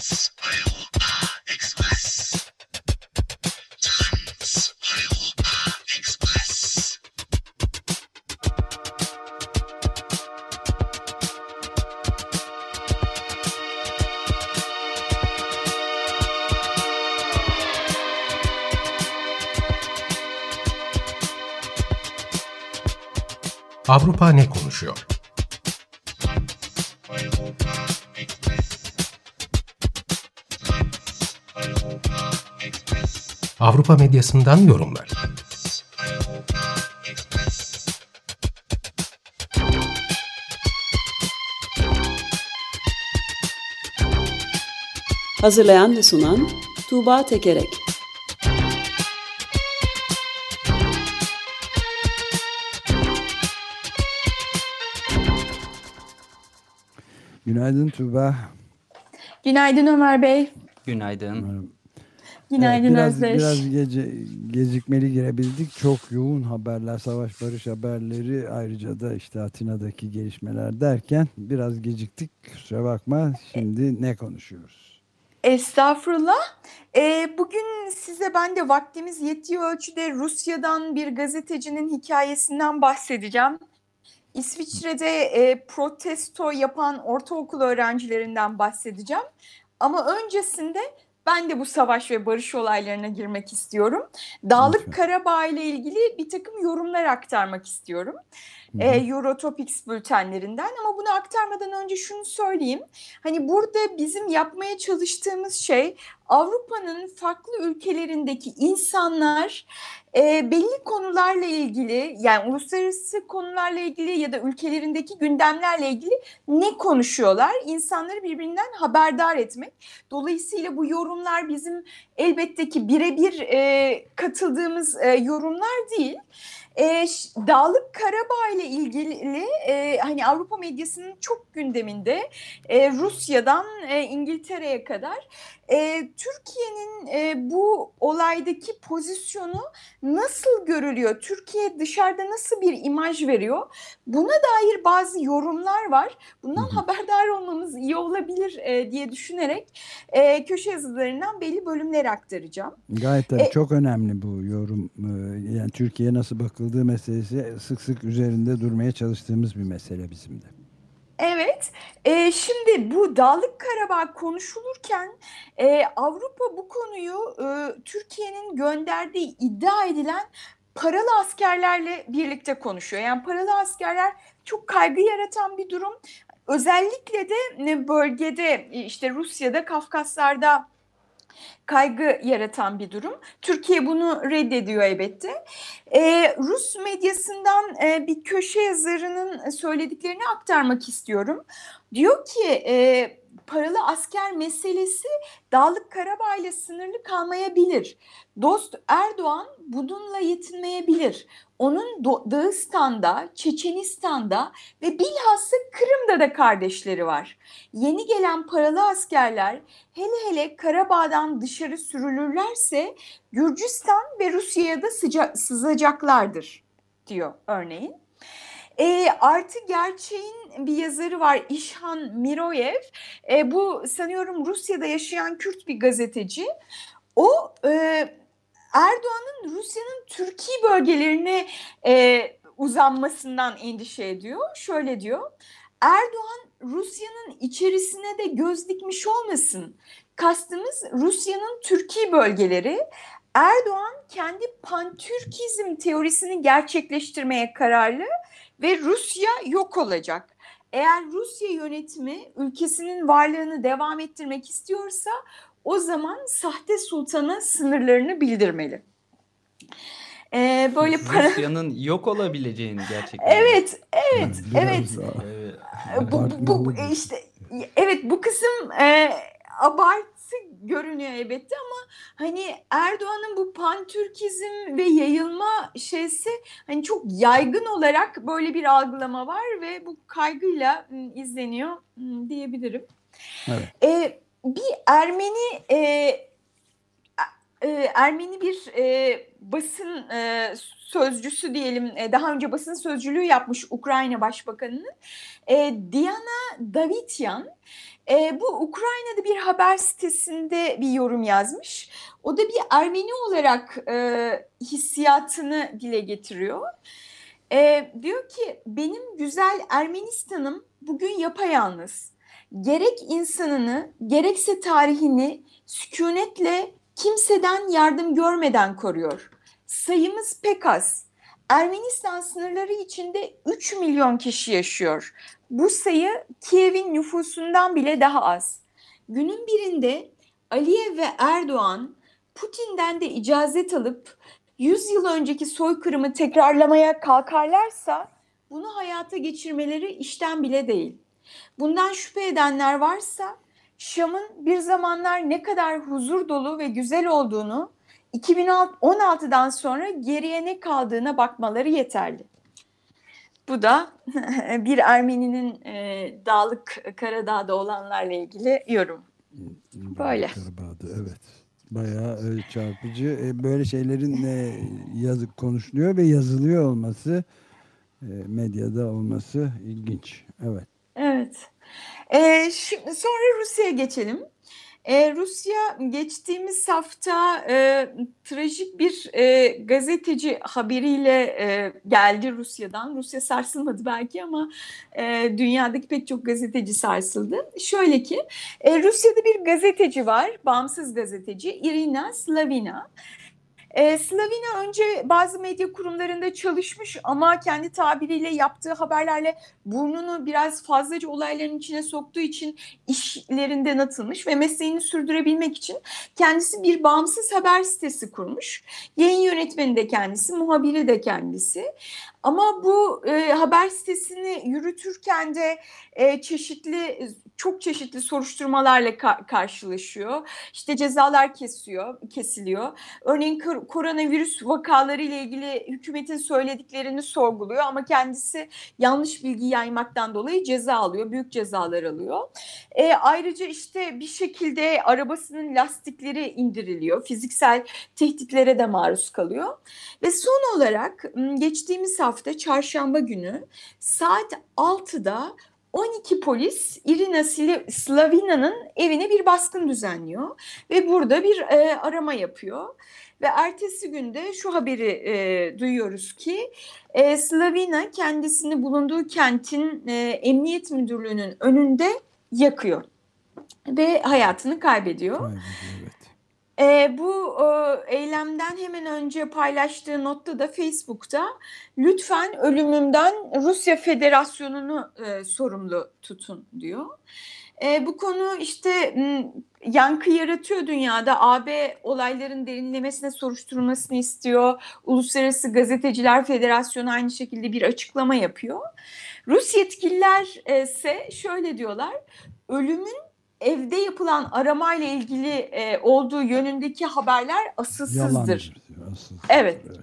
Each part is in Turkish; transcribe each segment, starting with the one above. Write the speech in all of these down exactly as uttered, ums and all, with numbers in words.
Avrupa ne konuşuyor? Avrupa medyasından yorumlar. Hazırlayan ve sunan Tuğba Tekerek. Günaydın Tuğba. Günaydın Ömer Bey. Günaydın. Günaydın evet, biraz, Özdeş. Biraz gece, gecikmeli girebildik. Çok yoğun haberler, savaş barış haberleri, ayrıca da işte Atina'daki gelişmeler derken biraz geciktik. Kusura bakma. Şimdi ne konuşuyoruz? Estağfurullah. Ee, bugün size ben de vaktimiz yettiği ölçüde Rusya'dan bir gazetecinin hikayesinden bahsedeceğim. İsviçre'de e, protesto yapan ortaokul öğrencilerinden bahsedeceğim. Ama öncesinde ben de bu savaş ve barış olaylarına girmek istiyorum. Dağlık Lütfen. Karabağ ile ilgili bir takım yorumlar aktarmak istiyorum. E, Eurotopics bültenlerinden, ama bunu aktarmadan önce şunu söyleyeyim. Hani burada bizim yapmaya çalıştığımız şey Avrupa'nın farklı ülkelerindeki insanlar e, belli konularla ilgili, yani uluslararası konularla ilgili ya da ülkelerindeki gündemlerle ilgili ne konuşuyorlar? İnsanları birbirinden haberdar etmek. Dolayısıyla bu yorumlar bizim elbette ki birebir e, katıldığımız e, yorumlar değil. E, Dağlık Karabağ ile ilgili e, hani Avrupa medyasının çok gündeminde, e, Rusya'dan e, İngiltere'ye kadar e, Türkiye'nin e, bu olaydaki pozisyonu nasıl görülüyor? Türkiye dışarıda nasıl bir imaj veriyor? Buna dair bazı yorumlar var. Bundan hı hı. haberdar olmamız iyi olabilir e, diye düşünerek e, köşe yazılarından belli bölümler aktaracağım. Gayet tabii E, çok önemli bu yorum. Yani Türkiye'ye nasıl bakıldığı meselesi sık sık üzerinde durmaya çalıştığımız bir mesele bizim de. Evet, e, şimdi bu Dağlık Karabağ konuşulurken e, Avrupa bu konuyu e, Türkiye'nin gönderdiği iddia edilen paralı askerlerle birlikte konuşuyor. Yani paralı askerler çok kaygı yaratan bir durum. Özellikle de bölgede, işte Rusya'da, Kafkaslar'da kaygı yaratan bir durum. Türkiye bunu reddediyor elbette. Ee, Rus medyasından e, bir köşe yazarının söylediklerini aktarmak istiyorum. Diyor ki e, paralı asker meselesi Dağlık Karabağ ile sınırlı kalmayabilir. Dost Erdoğan bununla yetinmeyebilir. Onun Dağıstan'da, Çeçenistan'da ve bilhassa Kırım'da da kardeşleri var. Yeni gelen paralı askerler hele hele Karabağ'dan dışarı sürülürlerse Gürcistan ve Rusya'ya da sıca- sızacaklardır diyor örneğin. E, artı gerçeğin bir yazarı var, İşhan Miroyev. E, bu sanıyorum Rusya'da yaşayan Kürt bir gazeteci. O e, Erdoğan'ın Rusya'nın Türkiye bölgelerine e, uzanmasından endişe ediyor. Şöyle diyor: Erdoğan Rusya'nın içerisine de göz dikmiş olmasın. Kastımız Rusya'nın Türkiye bölgeleri. Erdoğan kendi pantürkizm teorisini gerçekleştirmeye kararlı ve Rusya yok olacak. Eğer Rusya yönetimi ülkesinin varlığını devam ettirmek istiyorsa o zaman sahte sultana sınırlarını bildirmeli. Ee, böyle para... Rusya'nın yok olabileceğini gerçekten. Evet, evet, Biraz evet. daha bu, bu, bu işte evet bu kısım e, abartı görünüyor elbette, ama hani Erdoğan'ın bu pantürkizm ve yayılma şeysi hani çok yaygın olarak böyle bir algılama var ve bu kaygıyla m, izleniyor m, diyebilirim. Evet. E, bir Ermeni e, e, Ermeni bir e, basın e, sözcüsü diyelim, e, daha önce basın sözcülüğü yapmış Ukrayna Başbakanı'nın e, Diana Davityan E, bu Ukrayna'da bir haber sitesinde bir yorum yazmış. O da bir Ermeni olarak e, hissiyatını dile getiriyor. E, diyor ki benim güzel Ermenistan'ım bugün yapayalnız. Gerek insanını gerekse tarihini sükunetle kimseden yardım görmeden koruyor. Sayımız pek az. Ermenistan sınırları içinde üç milyon kişi yaşıyor. Bu sayı Kiev'in nüfusundan bile daha az. Günün birinde Aliyev ve Erdoğan Putin'den de icazet alıp yüz yıl önceki soykırımı tekrarlamaya kalkarlarsa bunu hayata geçirmeleri işten bile değil. Bundan şüphe edenler varsa Şam'ın bir zamanlar ne kadar huzur dolu ve güzel olduğunu iki bin on altıdan sonra geriye ne kaldığına bakmaları yeterli. Bu da bir Ermeninin e, Dağlık Karadağ'da olanlarla ilgili yorum. Böyle. Karabağ'da, evet. Bayağı e, çarpıcı. E, böyle şeylerin e, yazık konuşuluyor ve yazılıyor olması, e, medyada olması ilginç. Evet. Evet. E, şimdi sonra Rusya'ya geçelim. Ee, Rusya geçtiğimiz hafta e, trajik bir e, gazeteci haberiyle e, geldi Rusya'dan. Rusya sarsılmadı belki ama e, dünyadaki pek çok gazeteci sarsıldı. Şöyle ki e, Rusya'da bir gazeteci var, bağımsız gazeteci Irina Slavina. Ee, Slavina önce bazı medya kurumlarında çalışmış ama kendi tabiriyle yaptığı haberlerle burnunu biraz fazlaca olayların içine soktuğu için işlerinden atılmış ve mesleğini sürdürebilmek için kendisi bir bağımsız haber sitesi kurmuş. Yayın yönetmeni de kendisi, muhabiri de kendisi. Ama bu e, haber sitesini yürütürken de e, çeşitli çok çeşitli soruşturmalarla ka- karşılaşıyor. İşte cezalar kesiyor, kesiliyor. Örneğin kor- koronavirüs vakaları ile ilgili hükümetin söylediklerini sorguluyor ama kendisi yanlış bilgi yaymaktan dolayı ceza alıyor, büyük cezalar alıyor. E, ayrıca işte bir şekilde arabasının lastikleri indiriliyor, fiziksel tehditlere de maruz kalıyor. Ve son olarak geçtiğimiz hafta çarşamba günü saat altıda on iki polis Irina Slavina'nın evine bir baskın düzenliyor ve burada bir e, arama yapıyor. Ve ertesi günde şu haberi e, duyuyoruz ki e, Slavina kendisini bulunduğu kentin e, emniyet müdürlüğünün önünde yakıyor ve hayatını kaybediyor. Kaybediyor, evet. E, bu e, eylemden hemen önce paylaştığı notta da Facebook'ta lütfen ölümümden Rusya Federasyonu'nu e, sorumlu tutun diyor. E, bu konu işte m, yankı yaratıyor dünyada. A B olayların derinlemesine soruşturulmasını istiyor. Uluslararası Gazeteciler Federasyonu aynı şekilde bir açıklama yapıyor. Rus yetkililer e, ise şöyle diyorlar: ölümün evde yapılan aramayla ilgili e, olduğu yönündeki haberler asılsızdır. Yalandır diyor, asılsızdır. Evet. Evet.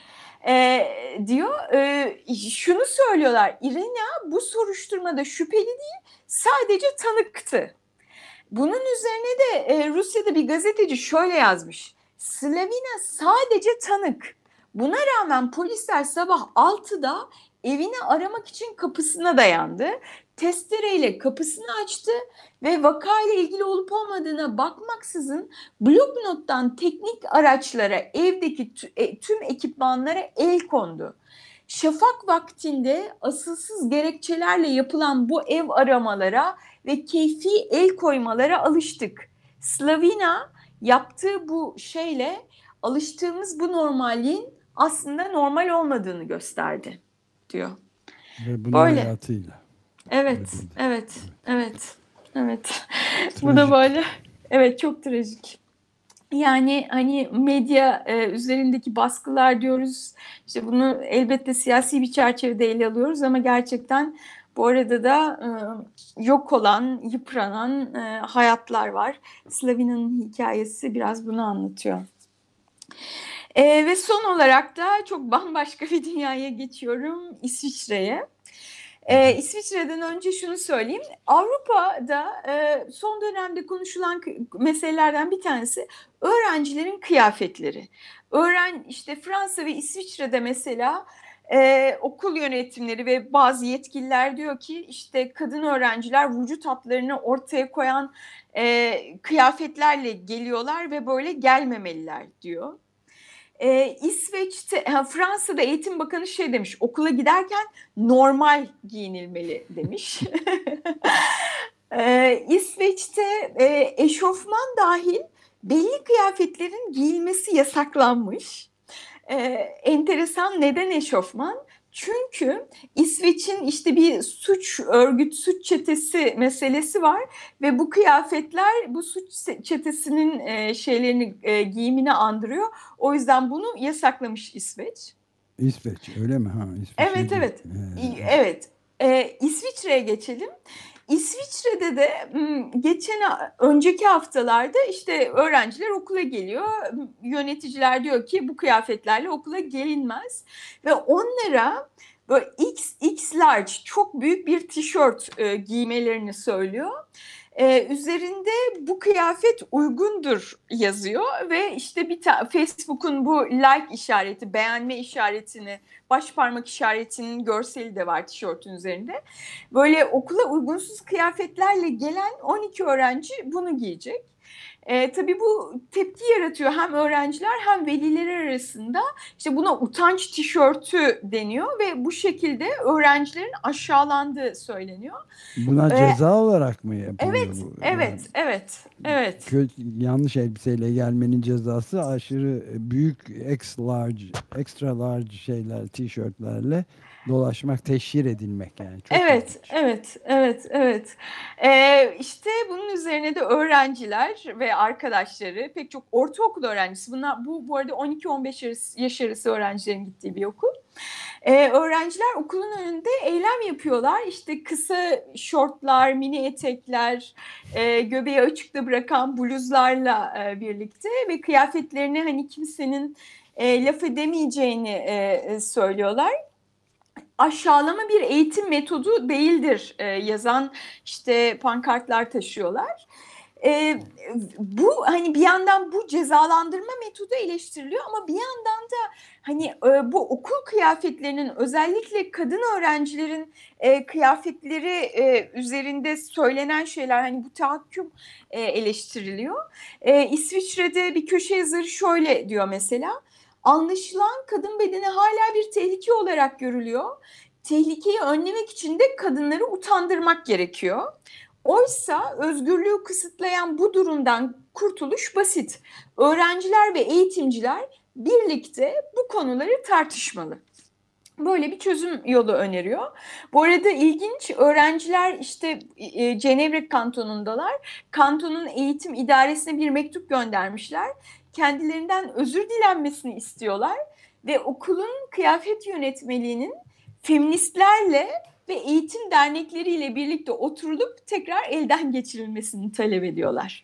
E, diyor. E, şunu söylüyorlar: Irina bu soruşturmada şüpheli değil, sadece tanıktı. Bunun üzerine de e, Rusya'da bir gazeteci şöyle yazmış: Slavina sadece tanık. Buna rağmen polisler sabah altıda evini aramak için kapısına dayandı. Testereyle kapısını açtı ve vakayla ilgili olup olmadığına bakmaksızın bloknottan teknik araçlara, evdeki tüm ekipmanlara el kondu. Şafak vaktinde asılsız gerekçelerle yapılan bu ev aramalara ve keyfi el koymalara alıştık. Slavina yaptığı bu şeyle alıştığımız bu normalliğin aslında normal olmadığını gösterdi diyor. Ve bunun Böyle. hayatıyla. Evet, evet, evet, evet. Trajik. Bu da böyle. Evet, çok trajik. Yani hani medya e, üzerindeki baskılar diyoruz. İşte bunu elbette siyasi bir çerçevede ele alıyoruz ama gerçekten bu arada da e, yok olan, yıpranan e, hayatlar var. Slavina'nın hikayesi biraz bunu anlatıyor. E, ve son olarak da çok bambaşka bir dünyaya geçiyorum, İsviçre'ye. Ee, İsviçre'den önce şunu söyleyeyim. Avrupa'da e, son dönemde konuşulan meselelerden bir tanesi öğrencilerin kıyafetleri. Öğren işte Fransa ve İsviçre'de mesela e, okul yönetimleri ve bazı yetkililer diyor ki işte kadın öğrenciler vücut hatlarını ortaya koyan e, kıyafetlerle geliyorlar ve böyle gelmemeliler diyor. Ee, İsveç'te, Fransa'da Eğitim Bakanı şey demiş, okula giderken normal giyinilmeli demiş. ee, İsveç'te e, eşofman dahil belli kıyafetlerin giyilmesi yasaklanmış. Ee, enteresan, neden eşofman? Çünkü İsveç'in işte bir suç örgüt, suç çetesi meselesi var ve bu kıyafetler bu suç çetesinin e, şeylerini e, giyimini andırıyor. O yüzden bunu yasaklamış İsveç. İsveç öyle mi? Ha, İsveç evet evet. Ee, evet. Ee, İsviçre'ye geçelim. İsviçre'de de geçen önceki haftalarda işte öğrenciler okula geliyor. Yöneticiler diyor ki bu kıyafetlerle okula gelinmez ve onlara böyle X X large çok büyük bir tişört e, giymelerini söylüyor. Ee, üzerinde bu kıyafet uygundur yazıyor ve işte bir ta- Facebook'un bu like işareti, beğenme işaretini, baş parmak işaretinin görseli de var tişörtün üzerinde. Böyle okula uygunsuz kıyafetlerle gelen on iki öğrenci bunu giyecek. E, tabii bu tepki yaratıyor hem öğrenciler hem veliler arasında. İşte buna utanç tişörtü deniyor ve bu şekilde öğrencilerin aşağılandığı söyleniyor. Buna Ee, ceza olarak mı yapılıyor evet, bu? Evet, Yani, evet, evet. Kötü, yanlış elbiseyle gelmenin cezası aşırı büyük extra large, extra large şeyler, tişörtlerle dolaşmak, teşhir edilmek yani. Çok Evet, ilginç. evet, evet, evet. Ee, işte bunun üzerine de öğrenciler ve arkadaşları, pek çok ortaokul öğrencisi, bunlar, bu bu arada on iki on beş yaş arası öğrencilerin gittiği bir okul. Ee, öğrenciler okulun önünde eylem yapıyorlar. İşte kısa şortlar, mini etekler, e, göbeği açıkta bırakan bluzlarla e, birlikte ve kıyafetlerini hani kimsenin e, laf edemeyeceğini e, söylüyorlar. Aşağılama bir eğitim metodu değildir e, yazan işte pankartlar taşıyorlar. E, bu hani bir yandan bu cezalandırma metodu eleştiriliyor ama bir yandan da hani e, bu okul kıyafetlerinin özellikle kadın öğrencilerin e, kıyafetleri e, üzerinde söylenen şeyler hani bu tahakküm e, eleştiriliyor. E, İsviçre'de bir köşe yazarı şöyle diyor mesela. Anlaşılan kadın bedeni hala bir tehlike olarak görülüyor. Tehlikeyi önlemek için de kadınları utandırmak gerekiyor. Oysa özgürlüğü kısıtlayan bu durumdan kurtuluş basit. Öğrenciler ve eğitimciler birlikte bu konuları tartışmalı. Böyle bir çözüm yolu öneriyor. Bu arada ilginç, öğrenciler işte e, Cenevre kantonundalar. Kantonun eğitim idaresine bir mektup göndermişler. Kendilerinden özür dilenmesini istiyorlar ve okulun kıyafet yönetmeliğinin feministlerle ve eğitim dernekleriyle birlikte oturulup tekrar elden geçirilmesini talep ediyorlar.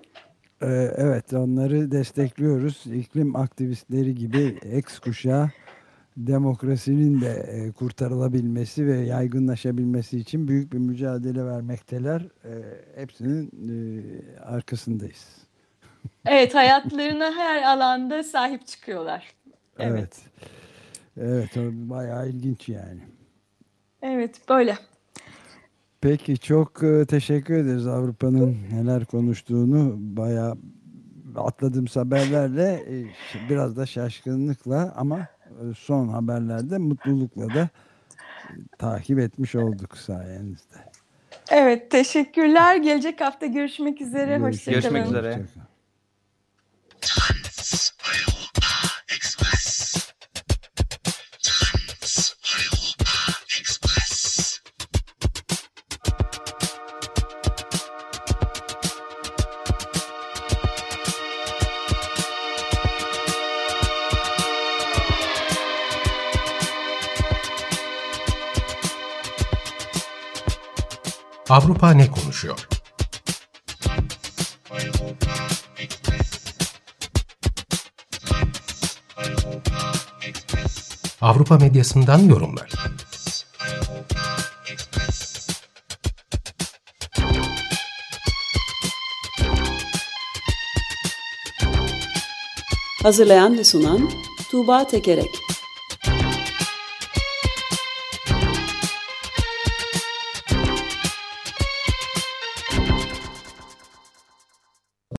Evet, onları destekliyoruz. İklim aktivistleri gibi X kuşağı demokrasinin de kurtarılabilmesi ve yaygınlaşabilmesi için büyük bir mücadele vermekteler. Hepsinin arkasındayız. Evet, hayatlarına her alanda sahip çıkıyorlar. Evet. Evet, evet, bayağı ilginç yani. Evet, böyle. Peki, çok teşekkür ederiz. Avrupa'nın neler konuştuğunu bayağı atladığımız haberlerle, biraz da şaşkınlıkla ama son haberlerde mutlulukla da takip etmiş olduk sayenizde. Evet, teşekkürler. Gelecek hafta görüşmek üzere. Hoşçakalın. Görüşmek üzere. Avrupa ne konuşuyor? Avrupa medyasından yorumlar. Hazırlayan ve sunan Tuğba Tekerek.